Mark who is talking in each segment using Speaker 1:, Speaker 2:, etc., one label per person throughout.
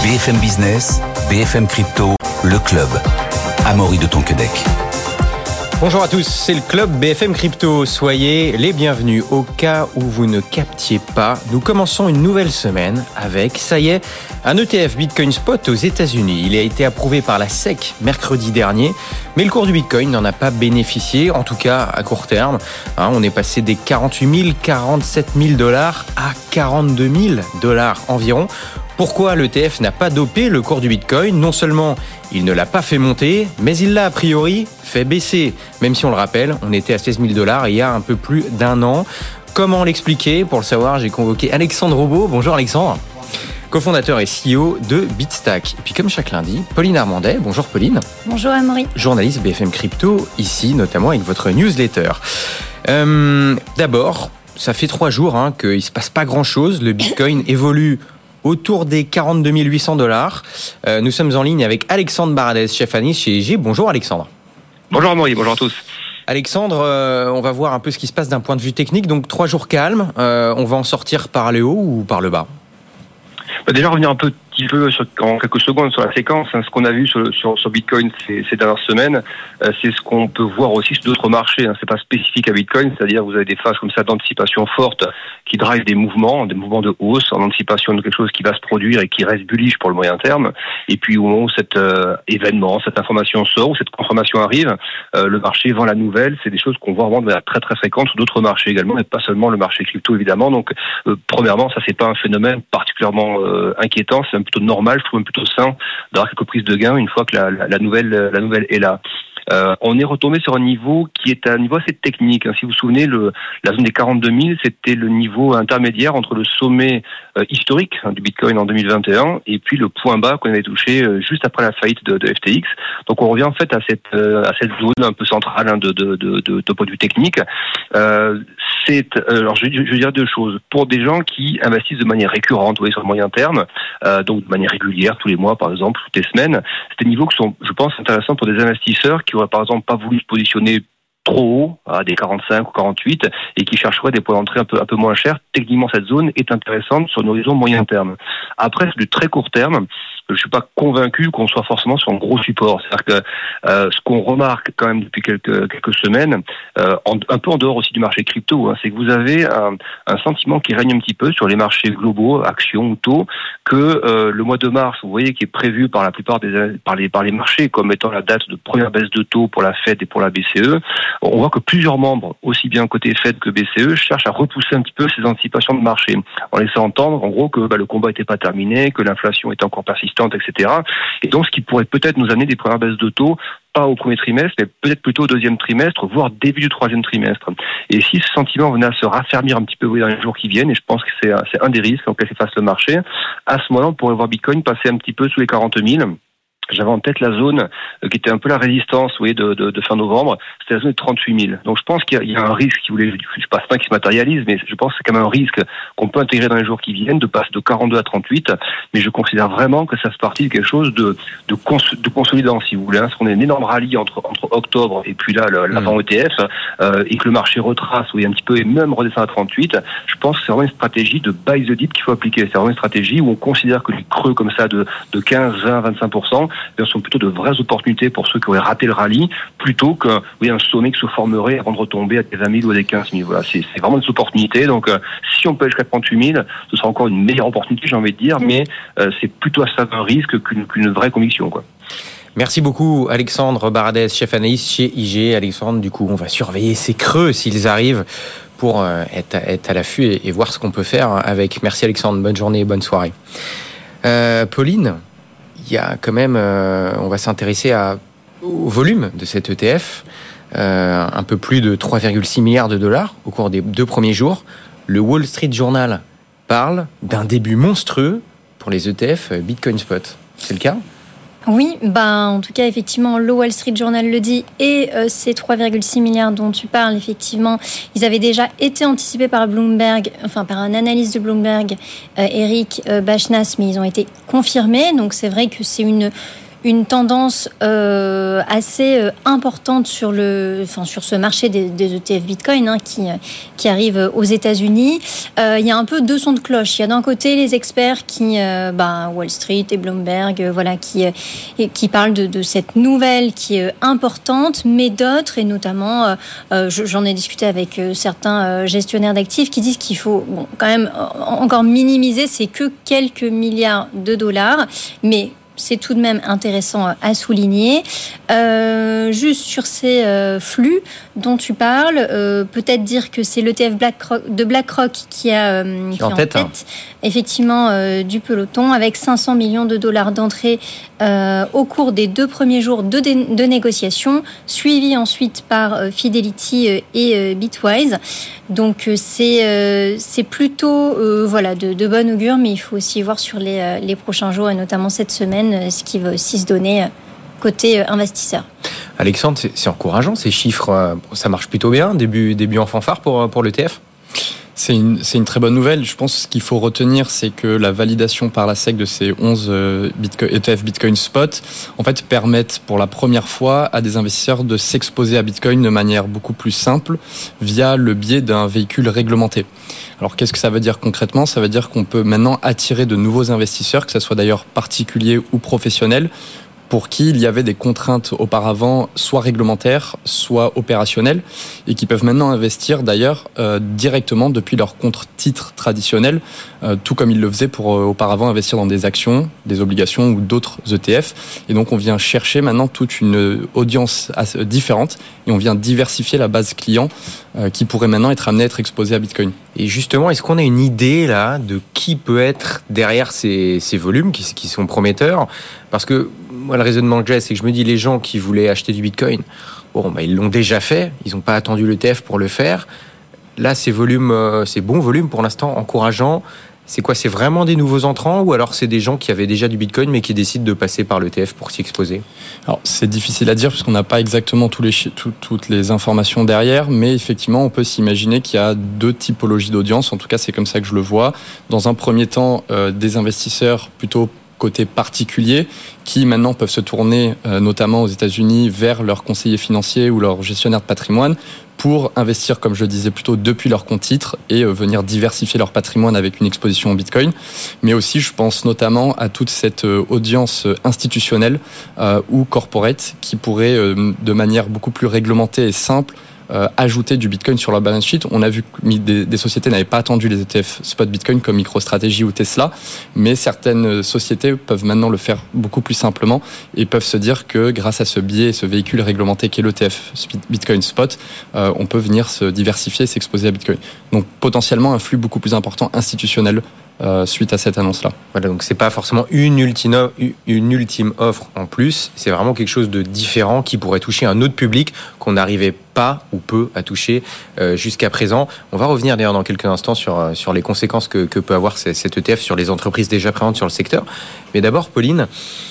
Speaker 1: BFM Business, BFM Crypto, le club. Amaury de Tonquédec.
Speaker 2: Bonjour à tous, c'est le club BFM Crypto. Soyez les bienvenus. Au cas où vous ne captiez pas, nous commençons une nouvelle semaine avec, ça y est, un ETF Bitcoin Spot aux États-Unis. Il a été approuvé par la SEC mercredi dernier, mais le cours du Bitcoin n'en a pas bénéficié, en tout cas à court terme. On est passé des 48 000, 47 000 dollars à 42 000 dollars environ. Pourquoi l'ETF n'a pas dopé le cours du Bitcoin ? Non seulement il ne l'a pas fait monter, mais il l'a a priori fait baisser. Même si on le rappelle, on était à 16 000 dollars il y a un peu plus d'un an. Comment l'expliquer ? Pour le savoir, j'ai convoqué Alexandre Roubaud. Bonjour Alexandre. Cofondateur et CEO de Bitstack. Et puis comme chaque lundi, Pauline Armandet. Bonjour Pauline.
Speaker 3: Bonjour Amaury.
Speaker 2: Journaliste BFM Crypto, ici notamment avec votre newsletter. D'abord, ça fait 3 jours qu'il ne se passe pas grand-chose. Le Bitcoin évolue autour des 42 800 dollars. Nous sommes en ligne avec Alexandre Baradez, chef analyste chez IG. Bonjour Alexandre.
Speaker 4: Bonjour Amaury, bonjour à tous.
Speaker 2: Alexandre, on va voir un peu ce qui se passe d'un point de vue technique. Donc 3 jours calmes, on va en sortir par le haut ou par le bas ?
Speaker 4: Déjà revenir un petit peu en quelques secondes sur la séquence. Ce qu'on a vu sur Bitcoin ces dernières semaines, c'est ce qu'on peut voir aussi sur d'autres marchés. C'est pas spécifique à Bitcoin, c'est-à-dire vous avez des phases comme ça d'anticipation forte qui drive des mouvements de hausse en anticipation de quelque chose qui va se produire et qui reste bullish pour le moyen terme. Et puis au moment où cet événement, cette information sort, où cette confirmation arrive, le marché vend la nouvelle. C'est des choses qu'on voit vraiment de manière très très fréquente sur d'autres marchés également, et pas seulement le marché crypto évidemment. Donc premièrement, ça c'est pas un phénomène particulièrement inquiétant, c'est plutôt normal, je trouve même plutôt sain d'avoir quelques prises de gains une fois que la nouvelle est là. On est retombé sur un niveau qui est un niveau assez technique. Si vous vous souvenez, la zone des 42 000, c'était le niveau intermédiaire entre le sommet historique du Bitcoin en 2021 et puis le point bas qu'on avait touché juste après la faillite de FTX. Donc on revient en fait à cette zone un peu centrale de point de vue technique. Alors je dirais 2 choses. Pour des gens qui investissent de manière récurrente, vous voyez, sur le moyen terme, donc de manière régulière, tous les mois par exemple, toutes les semaines, c'est des niveaux qui sont, je pense, intéressants pour des investisseurs qui auraient par exemple pas voulu se positionner trop haut, à des 45 ou 48, et qui chercheraient des points d'entrée un peu moins chers. Techniquement, cette zone est intéressante sur un horizon moyen terme. Après, sur du très court terme, je suis pas convaincu qu'on soit forcément sur un gros support. C'est-à-dire que ce qu'on remarque quand même depuis quelques semaines, un peu en dehors aussi du marché crypto, c'est que vous avez un sentiment qui règne un petit peu sur les marchés globaux, actions ou taux, que le mois de mars, vous voyez, qui est prévu par la plupart par les marchés comme étant la date de première baisse de taux pour la Fed et pour la BCE. On voit que plusieurs membres, aussi bien côté Fed que BCE, cherchent à repousser un petit peu ces anticipations de marché, en laissant entendre, en gros, que le combat n'était pas terminé, que l'inflation était encore persistante, etc. Et donc, ce qui pourrait peut-être nous amener des premières baisses de taux, pas au premier trimestre, mais peut-être plutôt au deuxième trimestre, voire début du troisième trimestre. Et si ce sentiment venait à se raffermir un petit peu dans les jours qui viennent, et je pense que c'est un des risques auxquels fait face le marché, à ce moment-là, on pourrait voir Bitcoin passer un petit peu sous les 40 000. J'avais en tête la zone qui était un peu la résistance, vous voyez, de fin novembre. C'était la zone de 38 000. Donc je pense qu'il y a un risque, si vous voulez, je suis pas certain qu'il se matérialise, mais je pense que c'est quand même un risque qu'on peut intégrer dans les jours qui viennent, de passer de 42 à 38. Mais je considère vraiment que ça fait partie de quelque chose de consolidant, si vous voulez. On a une énorme rallye entre octobre et puis là, l'avant ETF, et que le marché retrace, vous voyez, un petit peu, et même redescend à 38. Je pense que c'est vraiment une stratégie de buy the dip qu'il faut appliquer. C'est vraiment une stratégie où on considère que les creux comme ça de 15, 20, 25%, sont plutôt de vraies opportunités pour ceux qui auraient raté le rallye, plutôt qu'un sommet qui se formerait avant de retomber à des 20 000 ou à des 15 000. Voilà, c'est vraiment des opportunités. Donc, si on peut aller jusqu'à 38 000, ce sera encore une meilleure opportunité, j'ai envie de dire, mais c'est plutôt à ça un risque qu'une vraie conviction, quoi.
Speaker 2: Merci beaucoup Alexandre Baradez, chef analyste chez IG. Alexandre, du coup, on va surveiller ces creux s'ils arrivent pour être à l'affût et voir ce qu'on peut faire avec. Merci Alexandre, bonne journée, bonne soirée. Pauline, il y a quand même, on va s'intéresser au volume de cet ETF, un peu plus de 3,6 milliards de dollars au cours des 2 premiers jours. Le Wall Street Journal parle d'un début monstrueux pour les ETF Bitcoin Spot. C'est le cas ?
Speaker 3: Oui, en tout cas, effectivement, le Wall Street Journal le dit, et ces 3,6 milliards dont tu parles, effectivement, ils avaient déjà été anticipés par Bloomberg, par un analyste de Bloomberg, Eric Bachnas, mais ils ont été confirmés. Donc c'est vrai que c'est une une tendance assez importante sur ce marché des ETF Bitcoin qui arrive aux États-Unis. Il y a un peu deux sons de cloche. Il y a d'un côté les experts qui, Wall Street et Bloomberg, qui parlent de cette nouvelle qui est importante, mais d'autres, et notamment, j'en ai discuté avec certains gestionnaires d'actifs qui disent qu'il faut quand même encore minimiser, c'est que quelques milliards de dollars, mais c'est tout de même intéressant à souligner. Juste sur ces flux dont tu parles, peut-être dire que c'est l'ETF de BlackRock qui est en tête effectivement, du peloton, avec 500 millions de dollars d'entrée au cours des 2 premiers jours de négociation, suivi ensuite par Fidelity et Bitwise. Donc c'est plutôt de bon augure, mais il faut aussi voir sur les prochains jours et notamment cette semaine ce qui va aussi se donner côté investisseur.
Speaker 2: Alexandre, c'est encourageant ces chiffres, ça marche plutôt bien, début en fanfare pour l'ETF.
Speaker 5: C'est une très bonne nouvelle. Je pense que ce qu'il faut retenir, c'est que la validation par la SEC de ces 11 ETF Bitcoin Spot, en fait, permettent pour la première fois à des investisseurs de s'exposer à Bitcoin de manière beaucoup plus simple via le biais d'un véhicule réglementé. Alors, qu'est-ce que ça veut dire concrètement ? Ça veut dire qu'on peut maintenant attirer de nouveaux investisseurs, que ce soit d'ailleurs particuliers ou professionnels, pour qui il y avait des contraintes auparavant, soit réglementaires, soit opérationnelles, et qui peuvent maintenant investir d'ailleurs directement depuis leur compte titre traditionnel, tout comme ils le faisaient pour auparavant investir dans des actions, des obligations ou d'autres ETF. Et donc on vient chercher maintenant toute une audience différente, et on vient diversifier la base client qui pourrait maintenant être amené à être exposé à Bitcoin.
Speaker 2: Et justement, est-ce qu'on a une idée là de qui peut être derrière ces volumes qui sont prometteurs ? Parce que moi, le raisonnement que j'ai, c'est que je me dis, les gens qui voulaient acheter du Bitcoin, ils l'ont déjà fait, ils n'ont pas attendu l'ETF pour le faire. Là, ces bons volumes pour l'instant, encourageants. C'est quoi ? C'est vraiment des nouveaux entrants ou alors c'est des gens qui avaient déjà du Bitcoin mais qui décident de passer par l'ETF pour s'y exposer ?
Speaker 5: Alors, c'est difficile à dire puisqu'on n'a pas exactement toutes les informations derrière, mais effectivement, on peut s'imaginer qu'il y a 2 typologies d'audience. En tout cas, c'est comme ça que je le vois. Dans un premier temps, des investisseurs plutôt côté particulier qui maintenant peuvent se tourner notamment aux États-Unis vers leurs conseillers financiers ou leurs gestionnaires de patrimoine pour investir, comme je le disais plutôt, depuis leur compte titre et venir diversifier leur patrimoine avec une exposition au Bitcoin. Mais aussi, je pense notamment à toute cette audience institutionnelle ou corporate qui pourrait, de manière beaucoup plus réglementée et simple, ajouter du Bitcoin sur leur balance sheet. On a vu que des sociétés n'avaient pas attendu les ETF spot Bitcoin comme MicroStrategy ou Tesla, mais certaines sociétés peuvent maintenant le faire beaucoup plus simplement et peuvent se dire que grâce à ce biais, ce véhicule réglementé qui est l'ETF Bitcoin Spot, on peut venir se diversifier et s'exposer à Bitcoin. Donc potentiellement un flux beaucoup plus important institutionnel suite à cette annonce-là.
Speaker 2: Voilà, donc c'est pas forcément une ultime offre en plus, c'est vraiment quelque chose de différent qui pourrait toucher un autre public qu'on n'arrivait pas ou peu à toucher jusqu'à présent. On va revenir d'ailleurs dans quelques instants sur les conséquences que peut avoir cet ETF sur les entreprises déjà présentes sur le secteur. Mais d'abord, Pauline,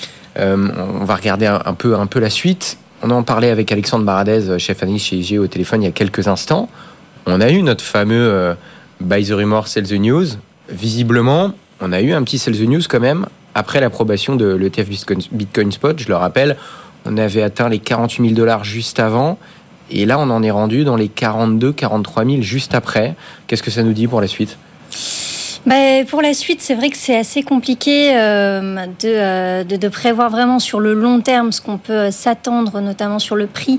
Speaker 2: on va regarder un peu la suite. On en parlait avec Alexandre Baradez, chef analyste chez IG au téléphone il y a quelques instants. On a eu notre fameux Buy the Rumor, Sell the News. Visiblement, on a eu un petit Sell the News quand même après l'approbation de l'ETF Bitcoin Spot. Je le rappelle, on avait atteint les 48 000 $ juste avant et là on en est rendu dans les 42 43 000 juste après. Qu'est-ce que ça nous dit pour la suite ?
Speaker 3: Pour la suite, c'est vrai que c'est assez compliqué de prévoir vraiment sur le long terme ce qu'on peut s'attendre, notamment sur le prix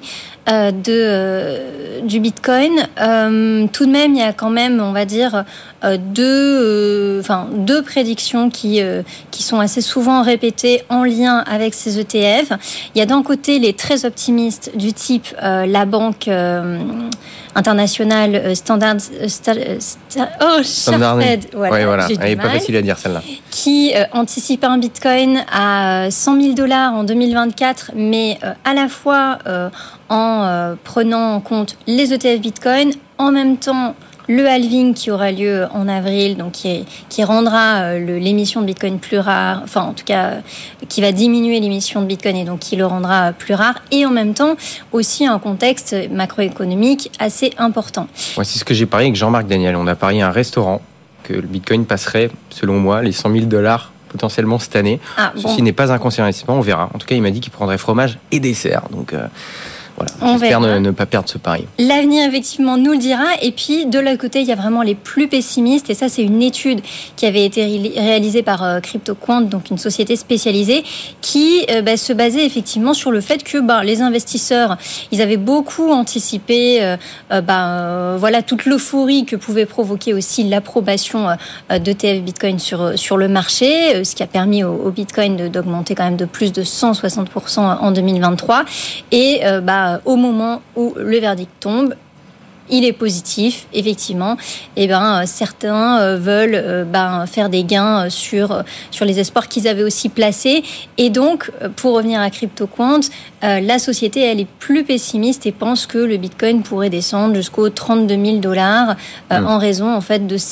Speaker 3: du Bitcoin. Tout de même, il y a quand même, on va dire, deux prédictions qui sont assez souvent répétées en lien avec ces ETF. Il y a d'un côté les très optimistes du type la banque internationale Chartered,
Speaker 2: voilà. Elle n'est pas facile à dire celle-là.
Speaker 3: Qui anticipe un Bitcoin à 100 000 $ en 2024, mais à la fois en prenant en compte les ETF Bitcoin, en même temps le halving qui aura lieu en avril, donc qui rendra l'émission de Bitcoin plus rare, enfin en tout cas qui va diminuer l'émission de Bitcoin et donc qui le rendra plus rare, et en même temps aussi un contexte macroéconomique assez important.
Speaker 2: Ouais, c'est ce que j'ai parié avec Jean-Marc Daniel. On a parié un restaurant que le Bitcoin passerait, selon moi, les 100 000 $ potentiellement cette année. Ceci n'est pas un conseil d'investissement, on verra. En tout cas, il m'a dit qu'il prendrait fromage et dessert. Donc voilà, j'espère ne pas perdre ce pari.
Speaker 3: L'avenir, effectivement, nous le dira. Et puis, de l'autre côté, il y a vraiment les plus pessimistes. Et ça, c'est une étude qui avait été réalisée par CryptoQuant, donc une société spécialisée, qui se basait effectivement sur le fait que les investisseurs, ils avaient beaucoup anticipé toute l'euphorie que pouvait provoquer aussi l'approbation d'ETF Bitcoin sur le marché, ce qui a permis au Bitcoin d'augmenter quand même de plus de 160% en 2023. Et au moment où le verdict tombe, il est positif, effectivement. Et certains veulent faire des gains sur les espoirs qu'ils avaient aussi placés. Et donc, pour revenir à CryptoQuant, la société, elle est plus pessimiste et pense que le Bitcoin pourrait descendre jusqu'aux $32,000 en raison, en fait, de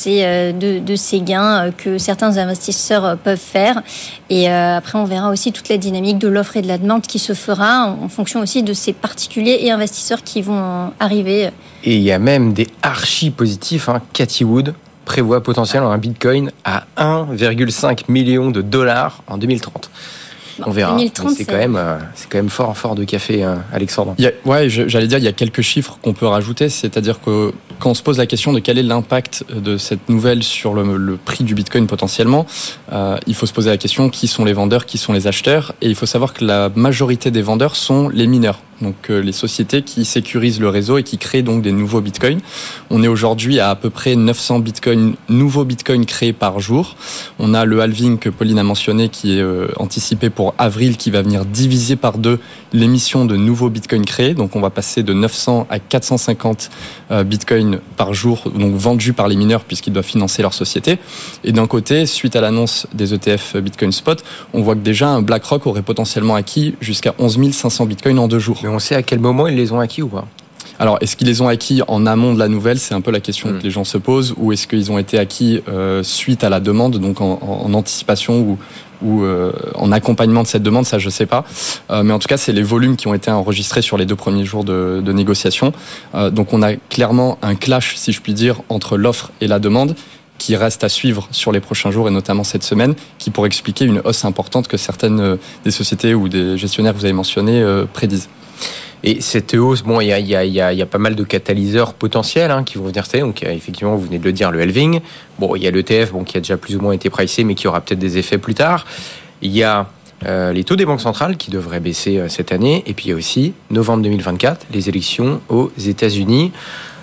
Speaker 3: ces gains que certains investisseurs peuvent faire. Et après, on verra aussi toute la dynamique de l'offre et de la demande qui se fera en fonction aussi de ces particuliers et investisseurs qui vont arriver.
Speaker 2: Et il y a même des archi positifs. Cathie Wood prévoit potentiellement un Bitcoin à 1,5 million de dollars en 2030. On verra. 2030, c'est quand même fort de café, Alexandre.
Speaker 5: J'allais dire, il y a quelques chiffres qu'on peut rajouter. C'est-à-dire que quand on se pose la question de quel est l'impact de cette nouvelle sur le prix du Bitcoin potentiellement, il faut se poser la question qui sont les vendeurs, qui sont les acheteurs. Et il faut savoir que la majorité des vendeurs sont les mineurs. Donc les sociétés qui sécurisent le réseau et qui créent donc des nouveaux bitcoins. On est aujourd'hui à peu près 900 nouveaux bitcoins créés par jour. On a le halving que Pauline a mentionné qui est anticipé pour avril, qui va venir diviser par 2 l'émission de nouveaux bitcoins créés. Donc on va passer de 900 à 450 bitcoins par jour, donc vendus par les mineurs puisqu'ils doivent financer leur société. Et d'un côté, suite à l'annonce des ETF Bitcoin Spot, on voit que déjà un BlackRock aurait potentiellement acquis jusqu'à 11 500 bitcoins en 2 jours.
Speaker 2: Mais on sait à quel moment ils les ont acquis ou pas ?
Speaker 5: Alors, est-ce qu'ils les ont acquis en amont de la nouvelle ? C'est un peu la question que les gens se posent. Ou est-ce qu'ils ont été acquis suite à la demande, donc en anticipation ou en accompagnement de cette demande ? Ça, je sais pas. Mais en tout cas, c'est les volumes qui ont été enregistrés sur les 2 premiers jours de négociation. Donc, on a clairement un clash, si je puis dire, entre l'offre et la demande, qui reste à suivre sur les prochains jours et notamment cette semaine, qui pourrait expliquer une hausse importante que certaines des sociétés ou des gestionnaires que vous avez mentionnés prédisent.
Speaker 2: Et cette hausse, il y a pas mal de catalyseurs potentiels qui vont venir. Donc, effectivement, vous venez de le dire, le halving. Il y a l'ETF qui a déjà plus ou moins été pricé, mais qui aura peut-être des effets plus tard. Il y a les taux des banques centrales qui devraient baisser cette année. Et puis, il y a aussi, novembre 2024, les élections aux États-Unis.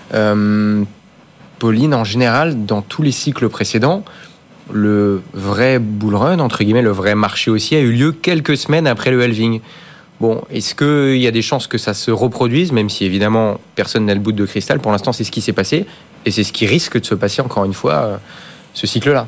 Speaker 2: Pauline, en général, dans tous les cycles précédents, le vrai bull run, entre guillemets, le vrai marché aussi, a eu lieu quelques semaines après le halving. Est-ce qu'il y a des chances que ça se reproduise, même si évidemment personne n'a le bout de cristal? Pour l'instant, c'est ce qui s'est passé et c'est ce qui risque de se passer encore une fois, ce cycle-là.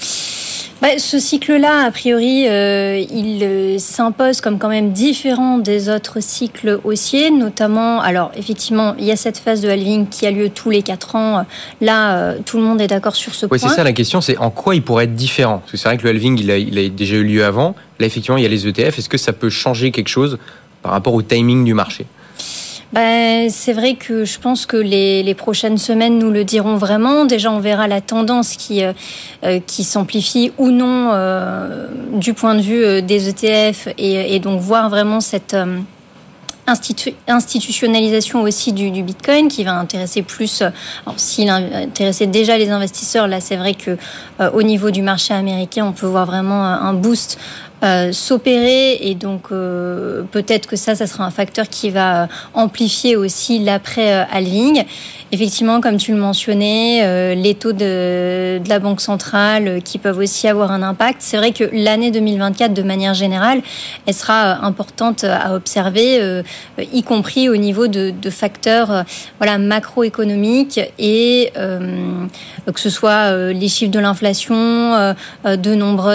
Speaker 3: Ce cycle-là, a priori, il s'impose comme quand même différent des autres cycles haussiers, notamment, alors effectivement, il y a cette phase de halving qui a lieu tous les 4 ans. Là, tout le monde est d'accord sur ce point.
Speaker 2: Oui, c'est ça la question, c'est en quoi il pourrait être différent? Parce que c'est vrai que le halving, il a déjà eu lieu avant. Là, effectivement, il y a les ETF. Est-ce que ça peut changer quelque chose par rapport au timing du marché?
Speaker 3: C'est vrai que je pense que les prochaines semaines nous le diront vraiment. Déjà, on verra la tendance qui s'amplifie ou non du point de vue des ETF et donc voir vraiment cette institutionnalisation aussi du Bitcoin qui va intéresser plus. Alors, s'il intéressait déjà les investisseurs, là, c'est vrai que au niveau du marché américain, on peut voir vraiment un boost s'opérer et donc peut-être que ça sera un facteur qui va amplifier aussi l'après-halving. Effectivement, comme tu le mentionnais, les taux de la Banque centrale qui peuvent aussi avoir un impact. C'est vrai que l'année 2024, de manière générale, elle sera importante à observer, y compris au niveau de facteurs macroéconomiques et que ce soit les chiffres de l'inflation, de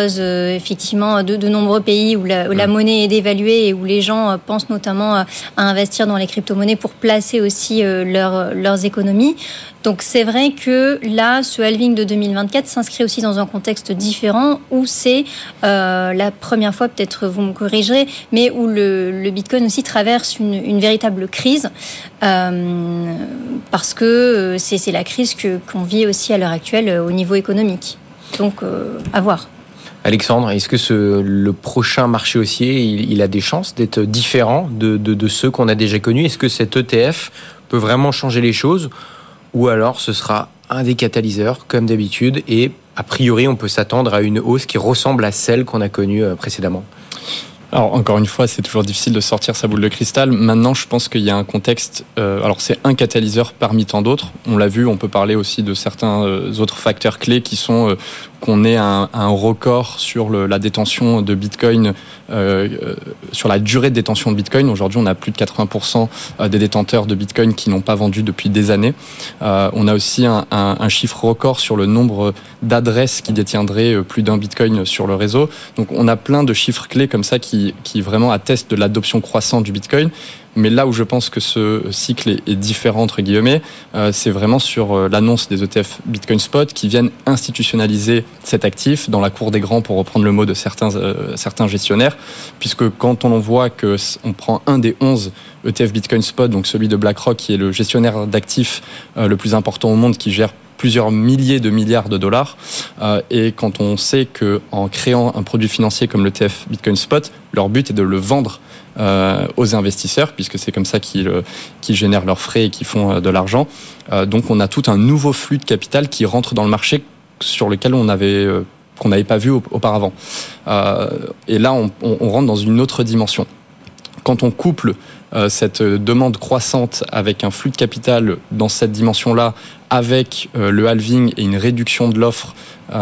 Speaker 3: nombreux pays où la monnaie est dévaluée et où les gens pensent notamment à investir dans les crypto-monnaies pour placer aussi leurs économies. Donc c'est vrai que là, ce halving de 2024 s'inscrit aussi dans un contexte différent où c'est la première fois, peut-être vous me corrigerez, mais où le Bitcoin aussi traverse une véritable crise parce que c'est la crise qu'on vit aussi à l'heure actuelle au niveau économique. Donc à voir.
Speaker 2: Alexandre, est-ce que le prochain marché haussier, il a des chances d'être différent de ceux qu'on a déjà connus? Est-ce que cet ETF peut vraiment changer les choses? Ou alors ce sera un des catalyseurs, comme d'habitude, et a priori, on peut s'attendre à une hausse qui ressemble à celle qu'on a connue précédemment?
Speaker 5: Alors, encore une fois, c'est toujours difficile de sortir sa boule de cristal. Maintenant, je pense qu'il y a un contexte... alors, c'est un catalyseur parmi tant d'autres. On l'a vu, on peut parler aussi de certains autres facteurs clés qui sont qu'on ait un record sur la détention de Bitcoin, sur la durée de détention de Bitcoin. Aujourd'hui, on a plus de 80% des détenteurs de Bitcoin qui n'ont pas vendu depuis des années. On a aussi un chiffre record sur le nombre d'adresses qui détiendraient plus d'un Bitcoin sur le réseau. Donc, on a plein de chiffres clés comme ça qui vraiment attestent de l'adoption croissante du Bitcoin. Mais là où je pense que ce cycle est différent, entre guillemets, c'est vraiment sur l'annonce des ETF Bitcoin Spot qui viennent institutionnaliser cet actif dans la cour des grands, pour reprendre le mot de certains gestionnaires, puisque quand on voit qu'on prend un des 11 ETF Bitcoin Spot, donc celui de BlackRock, qui est le gestionnaire d'actifs le plus important au monde, qui gère plusieurs milliers de milliards de dollars, et quand on sait qu'en créant un produit financier comme l'ETF Bitcoin Spot, leur but est de le vendre aux investisseurs, puisque c'est comme ça qu'ils génèrent leurs frais et qu'ils font de l'argent. Donc on a tout un nouveau flux de capital qui rentre dans le marché sur lequel qu'on n'avait pas vu auparavant. Et là, on rentre dans une autre dimension. Quand on couple cette demande croissante avec un flux de capital dans cette dimension-là, avec le halving et une réduction de l'offre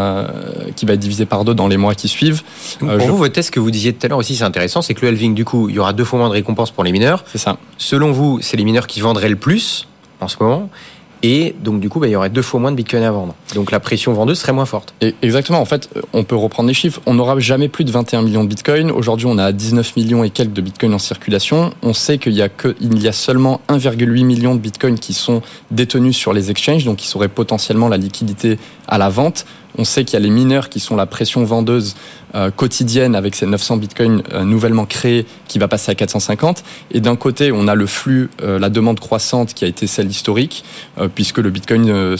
Speaker 5: qui va être divisée par 2 dans les mois qui suivent.
Speaker 2: Pour vous, votre test que vous disiez tout à l'heure aussi, c'est intéressant, c'est que le halving, du coup, il y aura 2 fois moins de récompenses pour les mineurs.
Speaker 5: C'est ça.
Speaker 2: Selon vous, c'est les mineurs qui vendraient le plus en ce moment. Et donc, du coup, il y aurait 2 fois moins de Bitcoin à vendre. Donc, la pression vendeuse serait moins forte.
Speaker 5: Et exactement. En fait, on peut reprendre les chiffres. On n'aura jamais plus de 21 millions de Bitcoin. Aujourd'hui, on a 19 millions et quelques de Bitcoin en circulation. On sait qu'il y a seulement 1,8 million de Bitcoin qui sont détenus sur les exchanges, donc qui auraient potentiellement la liquidité à la vente. On sait qu'il y a les mineurs qui sont la pression vendeuse quotidienne avec ces 900 bitcoins nouvellement créés qui va passer à 450. Et d'un côté, on a le flux, la demande croissante qui a été celle historique, puisque le bitcoin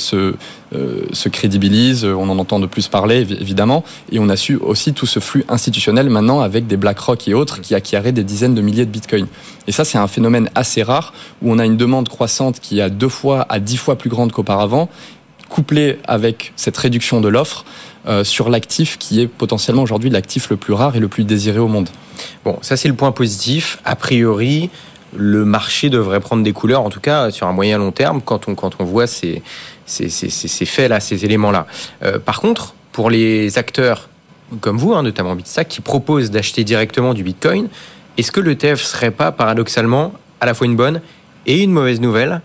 Speaker 5: se crédibilise, on en entend de plus parler évidemment. Et on a su aussi tout ce flux institutionnel maintenant avec des BlackRock et autres qui acquéraient des dizaines de milliers de bitcoins. Et ça, c'est un phénomène assez rare où on a une demande croissante qui est 2 fois à 10 fois plus grande qu'auparavant, couplé avec cette réduction de l'offre sur l'actif qui est potentiellement aujourd'hui l'actif le plus rare et le plus désiré au monde.
Speaker 2: Bon, ça c'est le point positif. A priori, le marché devrait prendre des couleurs, en tout cas sur un moyen long terme, quand on voit ces faits-là, ces éléments-là. Par contre, pour les acteurs comme vous, notamment Bitstack, qui proposent d'acheter directement du Bitcoin, est-ce que l'ETF serait pas paradoxalement à la fois une bonne et une mauvaise nouvelle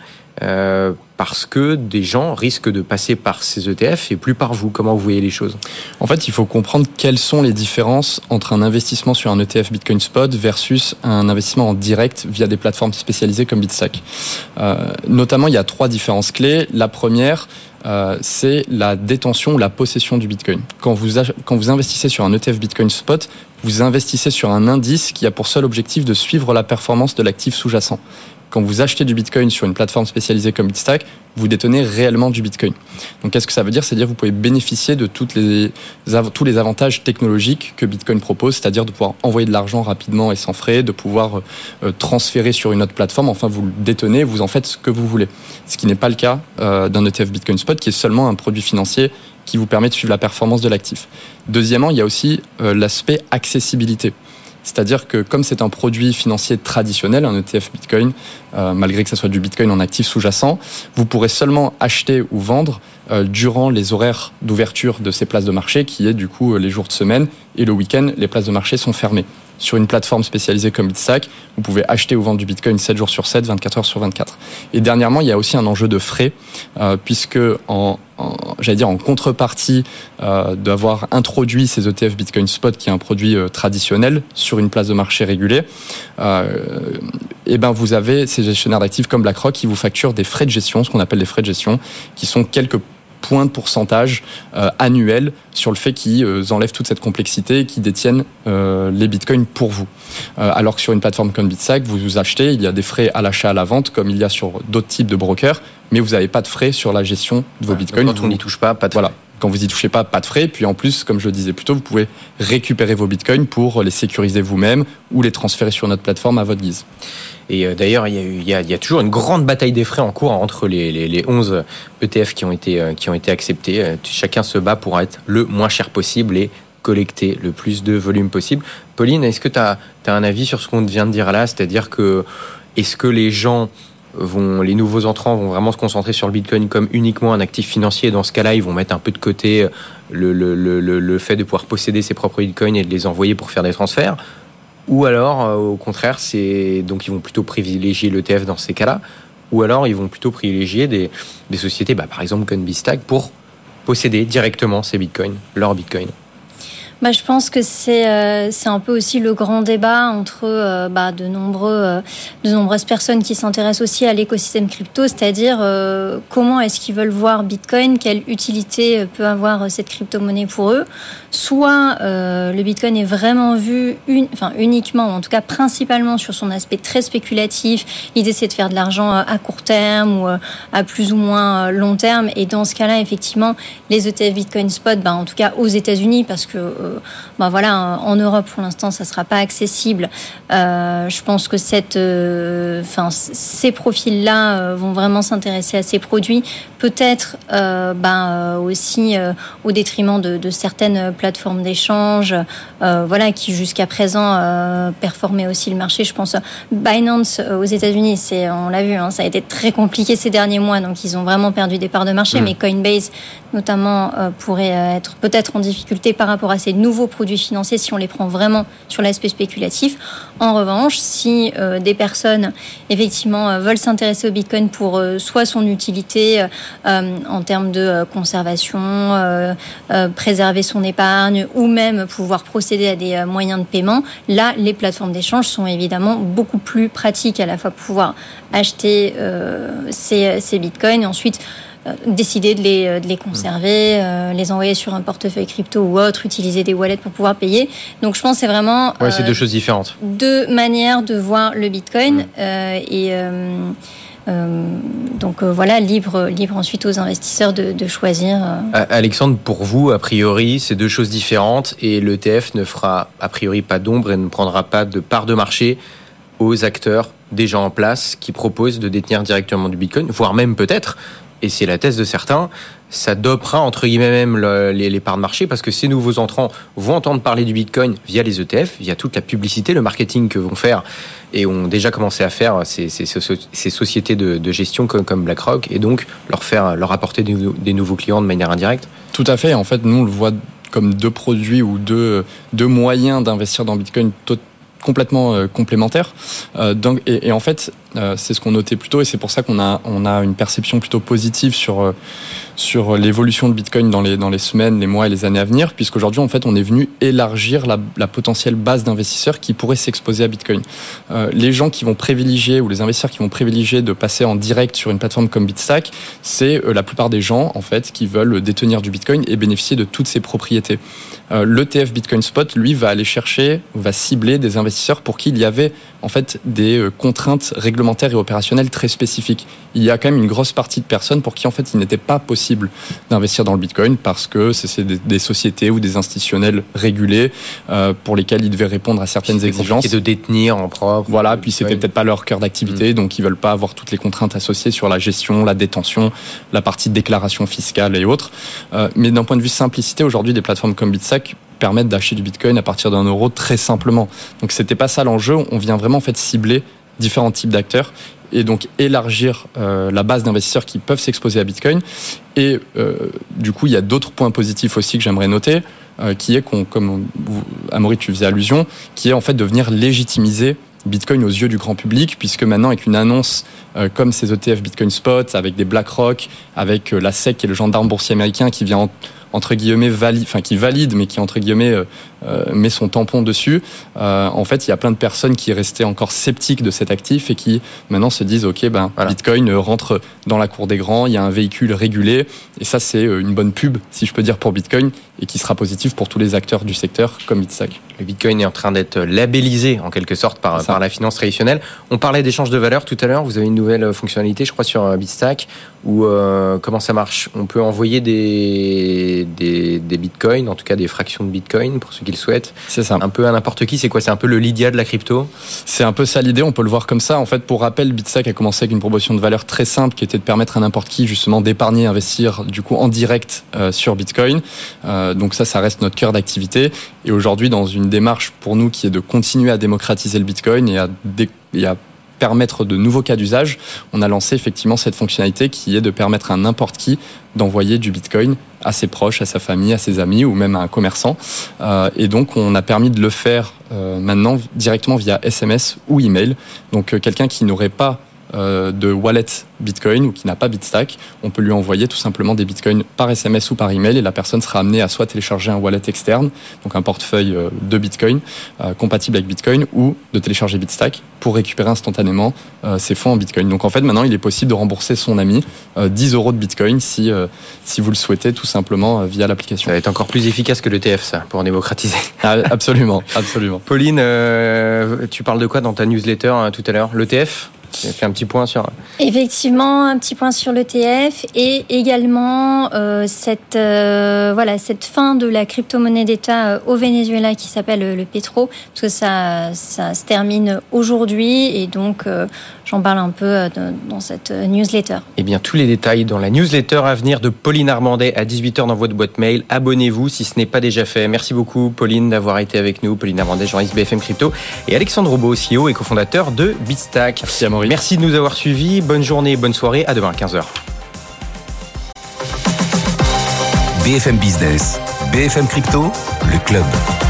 Speaker 2: parce que des gens risquent de passer par ces ETF et plus par vous? Comment vous voyez les choses?
Speaker 5: En fait, il faut comprendre quelles sont les différences entre un investissement sur un ETF Bitcoin Spot versus un investissement en direct via des plateformes spécialisées comme Bitstack. Notamment, il y a 3 différences clés. La première, c'est la détention ou la possession du Bitcoin. Quand vous investissez sur un ETF Bitcoin Spot, vous investissez sur un indice qui a pour seul objectif de suivre la performance de l'actif sous-jacent. Quand vous achetez du Bitcoin sur une plateforme spécialisée comme Bitstack, vous détenez réellement du Bitcoin. Donc, qu'est-ce que ça veut dire? C'est-à-dire que vous pouvez bénéficier de tous les avantages technologiques que Bitcoin propose, c'est-à-dire de pouvoir envoyer de l'argent rapidement et sans frais, de pouvoir transférer sur une autre plateforme. Enfin, vous le détenez, vous en faites ce que vous voulez. Ce qui n'est pas le cas d'un ETF Bitcoin Spot, qui est seulement un produit financier qui vous permet de suivre la performance de l'actif. Deuxièmement, il y a aussi l'aspect accessibilité. C'est-à-dire que comme c'est un produit financier traditionnel, un ETF Bitcoin, malgré que ce soit du Bitcoin en actif sous-jacent, vous pourrez seulement acheter ou vendre durant les horaires d'ouverture de ces places de marché, qui est du coup les jours de semaine, et le week-end, les places de marché sont fermées. Sur une plateforme spécialisée comme Bitstack, vous pouvez acheter ou vendre du Bitcoin 7 jours sur 7, 24 heures sur 24. Et dernièrement, il y a aussi un enjeu de frais, puisque en contrepartie d'avoir introduit ces ETF Bitcoin Spot, qui est un produit traditionnel sur une place de marché régulée, vous avez ces gestionnaires d'actifs comme BlackRock qui vous facturent des frais de gestion, ce qu'on appelle des frais de gestion, qui sont quelques points de pourcentage annuels sur le fait qu'ils enlèvent toute cette complexité et qu'ils détiennent les bitcoins pour vous. Alors que sur une plateforme comme Bitstack, vous achetez, il y a des frais à l'achat, à la vente, comme il y a sur d'autres types de brokers, mais vous n'avez pas de frais sur la gestion de vos bitcoins.
Speaker 2: Quand on n'y touche pas de frais.
Speaker 5: Voilà. Quand vous y touchez pas de frais. Puis en plus, comme je le disais plus tôt, vous pouvez récupérer vos bitcoins pour les sécuriser vous-même ou les transférer sur notre plateforme à votre guise.
Speaker 2: Et d'ailleurs, il y a toujours une grande bataille des frais en cours entre les 11 ETF qui ont été acceptés. Chacun se bat pour être le moins cher possible et collecter le plus de volume possible. Pauline, est-ce que tu as un avis sur ce qu'on vient de dire là ? C'est-à-dire que est-ce que les nouveaux entrants vont vraiment se concentrer sur le Bitcoin comme uniquement un actif financier ? Dans ce cas-là, ils vont mettre un peu de côté le fait de pouvoir posséder ses propres Bitcoins et de les envoyer pour faire des transferts ? Ou alors, au contraire, donc ils vont plutôt privilégier l'ETF dans ces cas-là ? Ou alors, ils vont plutôt privilégier des sociétés, par exemple Coinbase pour posséder directement ces Bitcoins, leurs Bitcoins ?
Speaker 3: Je pense que c'est un peu aussi le grand débat entre de nombreuses personnes qui s'intéressent aussi à l'écosystème crypto, c'est-à-dire comment est-ce qu'ils veulent voir Bitcoin, quelle utilité peut avoir cette crypto-monnaie pour eux. Soit le Bitcoin est vraiment vu uniquement, ou en tout cas principalement sur son aspect très spéculatif. L'idée, c'est de faire de l'argent à court terme ou à plus ou moins long terme. Et dans ce cas-là, effectivement, les ETF Bitcoin Spot, en tout cas aux États-Unis, parce que en Europe pour l'instant ça sera pas accessible. Je pense que ces profils-là vont vraiment s'intéresser à ces produits, peut-être aussi au détriment de certaines plateformes d'échange, qui jusqu'à présent performaient aussi le marché. Je pense Binance aux États-Unis, on l'a vu, ça a été très compliqué ces derniers mois, donc ils ont vraiment perdu des parts de marché. Mais Coinbase notamment pourrait être peut-être en difficulté par rapport à ces nouveaux produits financiers si on les prend vraiment sur l'aspect spéculatif. En revanche, si des personnes effectivement veulent s'intéresser au Bitcoin pour soit son utilité en termes de conservation, préserver son épargne ou même pouvoir procéder à des moyens de paiement, là les plateformes d'échange sont évidemment beaucoup plus pratiques, à la fois pour pouvoir acheter ces Bitcoins et ensuite décider de les conserver, les envoyer sur un portefeuille crypto ou autre, utiliser des wallets pour pouvoir payer. Donc je pense que c'est vraiment
Speaker 2: c'est deux choses différentes.
Speaker 3: Deux manières de voir le Bitcoin libre ensuite aux investisseurs de choisir.
Speaker 2: Alexandre, pour vous, a priori, c'est deux choses différentes et l'ETF ne fera a priori pas d'ombre et ne prendra pas de part de marché aux acteurs déjà en place qui proposent de détenir directement du Bitcoin, voire même peut-être, et c'est la thèse de certains, ça dopera entre guillemets même les parts de marché parce que ces nouveaux entrants vont entendre parler du Bitcoin via les ETF, via toute la publicité, le marketing que vont faire et ont déjà commencé à faire ces sociétés de gestion comme BlackRock et donc leur apporter des nouveaux clients de manière indirecte.
Speaker 5: Tout à fait. En fait, nous on le voit comme deux produits ou deux moyens d'investir dans Bitcoin complètement complémentaires. Et en fait, c'est ce qu'on notait plus tôt et c'est pour ça qu'on a une perception plutôt positive sur l'évolution de Bitcoin dans les semaines, les mois et les années à venir, puisqu'aujourd'hui, en fait, on est venu élargir la potentielle base d'investisseurs qui pourraient s'exposer à Bitcoin. Les gens qui vont privilégier ou les investisseurs qui vont privilégier de passer en direct sur une plateforme comme Bitstack, c'est la plupart des gens, en fait, qui veulent détenir du Bitcoin et bénéficier de toutes ses propriétés. L'ETF Bitcoin Spot, lui, va cibler des investisseurs pour qui il y avait, en fait, des contraintes réglementaires et opérationnelles très spécifiques. Il y a quand même une grosse partie de personnes pour qui, en fait, il n'était pas possible d'investir dans le Bitcoin parce que c'est des sociétés ou des institutionnels régulés pour lesquels ils devaient répondre à certaines exigences.
Speaker 2: Et de détenir en propre.
Speaker 5: Voilà, puis c'était peut-être pas leur cœur d'activité, donc ils veulent pas avoir toutes les contraintes associées sur la gestion, la détention, la partie de déclaration fiscale et autres. Mais d'un point de vue simplicité, aujourd'hui, des plateformes comme Bitstack permettent d'acheter du Bitcoin à partir d'€1 très simplement. Donc c'était pas ça l'enjeu, on vient vraiment en fait cibler différents types d'acteurs et donc élargir la base d'investisseurs qui peuvent s'exposer à Bitcoin. Et du coup, il y a d'autres points positifs aussi que j'aimerais noter, qui est comme Amaury, tu faisais allusion, qui est en fait de venir légitimiser Bitcoin aux yeux du grand public, puisque maintenant avec une annonce comme ces ETF Bitcoin Spot, avec des BlackRock, avec la SEC qui est le gendarme boursier américain qui vient entre guillemets qui valide, mais qui entre guillemets met son tampon dessus. En fait, il y a plein de personnes qui restaient encore sceptiques de cet actif et qui maintenant se disent voilà. Bitcoin rentre dans la cour des grands, il y a un véhicule régulé et ça c'est une bonne pub, si je peux dire, pour Bitcoin et qui sera positif pour tous les acteurs du secteur comme Bitstack.
Speaker 2: Le Bitcoin est en train d'être labellisé en quelque sorte par la finance traditionnelle. On parlait d'échange de valeur tout à l'heure. Vous avez une nouvelle fonctionnalité, je crois, sur Bitstack où comment ça marche ? On peut envoyer des bitcoins, en tout cas des fractions de bitcoin pour ceux qui le souhaitent.
Speaker 5: C'est ça.
Speaker 2: Un peu à n'importe qui. C'est quoi ? C'est un peu le Lydia de la crypto ?
Speaker 5: C'est un peu ça l'idée. On peut le voir comme ça. En fait, pour rappel, Bitstack a commencé avec une proposition de valeur très simple qui était de permettre à n'importe qui justement d'épargner, investir du coup en direct sur Bitcoin. Donc ça reste notre cœur d'activité. Et aujourd'hui, dans une démarche pour nous qui est de continuer à démocratiser le Bitcoin et à permettre de nouveaux cas d'usage, on a lancé effectivement cette fonctionnalité qui est de permettre à n'importe qui d'envoyer du Bitcoin à ses proches, à sa famille, à ses amis ou même à un commerçant. Et donc, on a permis de le faire maintenant directement via SMS ou email. Donc, quelqu'un qui n'aurait pas de wallet Bitcoin ou qui n'a pas Bitstack, on peut lui envoyer tout simplement des Bitcoins par SMS ou par email et la personne sera amenée à soit télécharger un wallet externe, donc un portefeuille de Bitcoin compatible avec Bitcoin, ou de télécharger Bitstack pour récupérer instantanément ses fonds en Bitcoin. Donc en fait maintenant il est possible de rembourser son ami 10 € de Bitcoin si vous le souhaitez tout simplement via l'application.
Speaker 2: Ça va être encore plus efficace que l'ETF ça, pour démocratiser.
Speaker 5: Absolument.
Speaker 2: Pauline, tu parles de quoi dans ta newsletter tout à l'heure ? L'ETF ? Tu as fait un petit point sur...
Speaker 3: Effectivement, un petit point sur l'ETF et également cette fin de la crypto-monnaie d'État au Venezuela qui s'appelle le Petro, parce que ça se termine aujourd'hui et donc j'en parle un peu dans cette newsletter.
Speaker 2: Eh bien, tous les détails dans la newsletter à venir de Pauline Armandet à 18h dans votre boîte mail. Abonnez-vous si ce n'est pas déjà fait. Merci beaucoup Pauline d'avoir été avec nous. Pauline Armandet, journaliste BFM Crypto, et Alexandre Roubaud, CEO et cofondateur de Bitstack.
Speaker 5: Merci Amaury.
Speaker 2: Merci de nous avoir suivis. Bonne journée, bonne soirée. À demain à 15h.
Speaker 1: BFM Business, BFM Crypto, le club.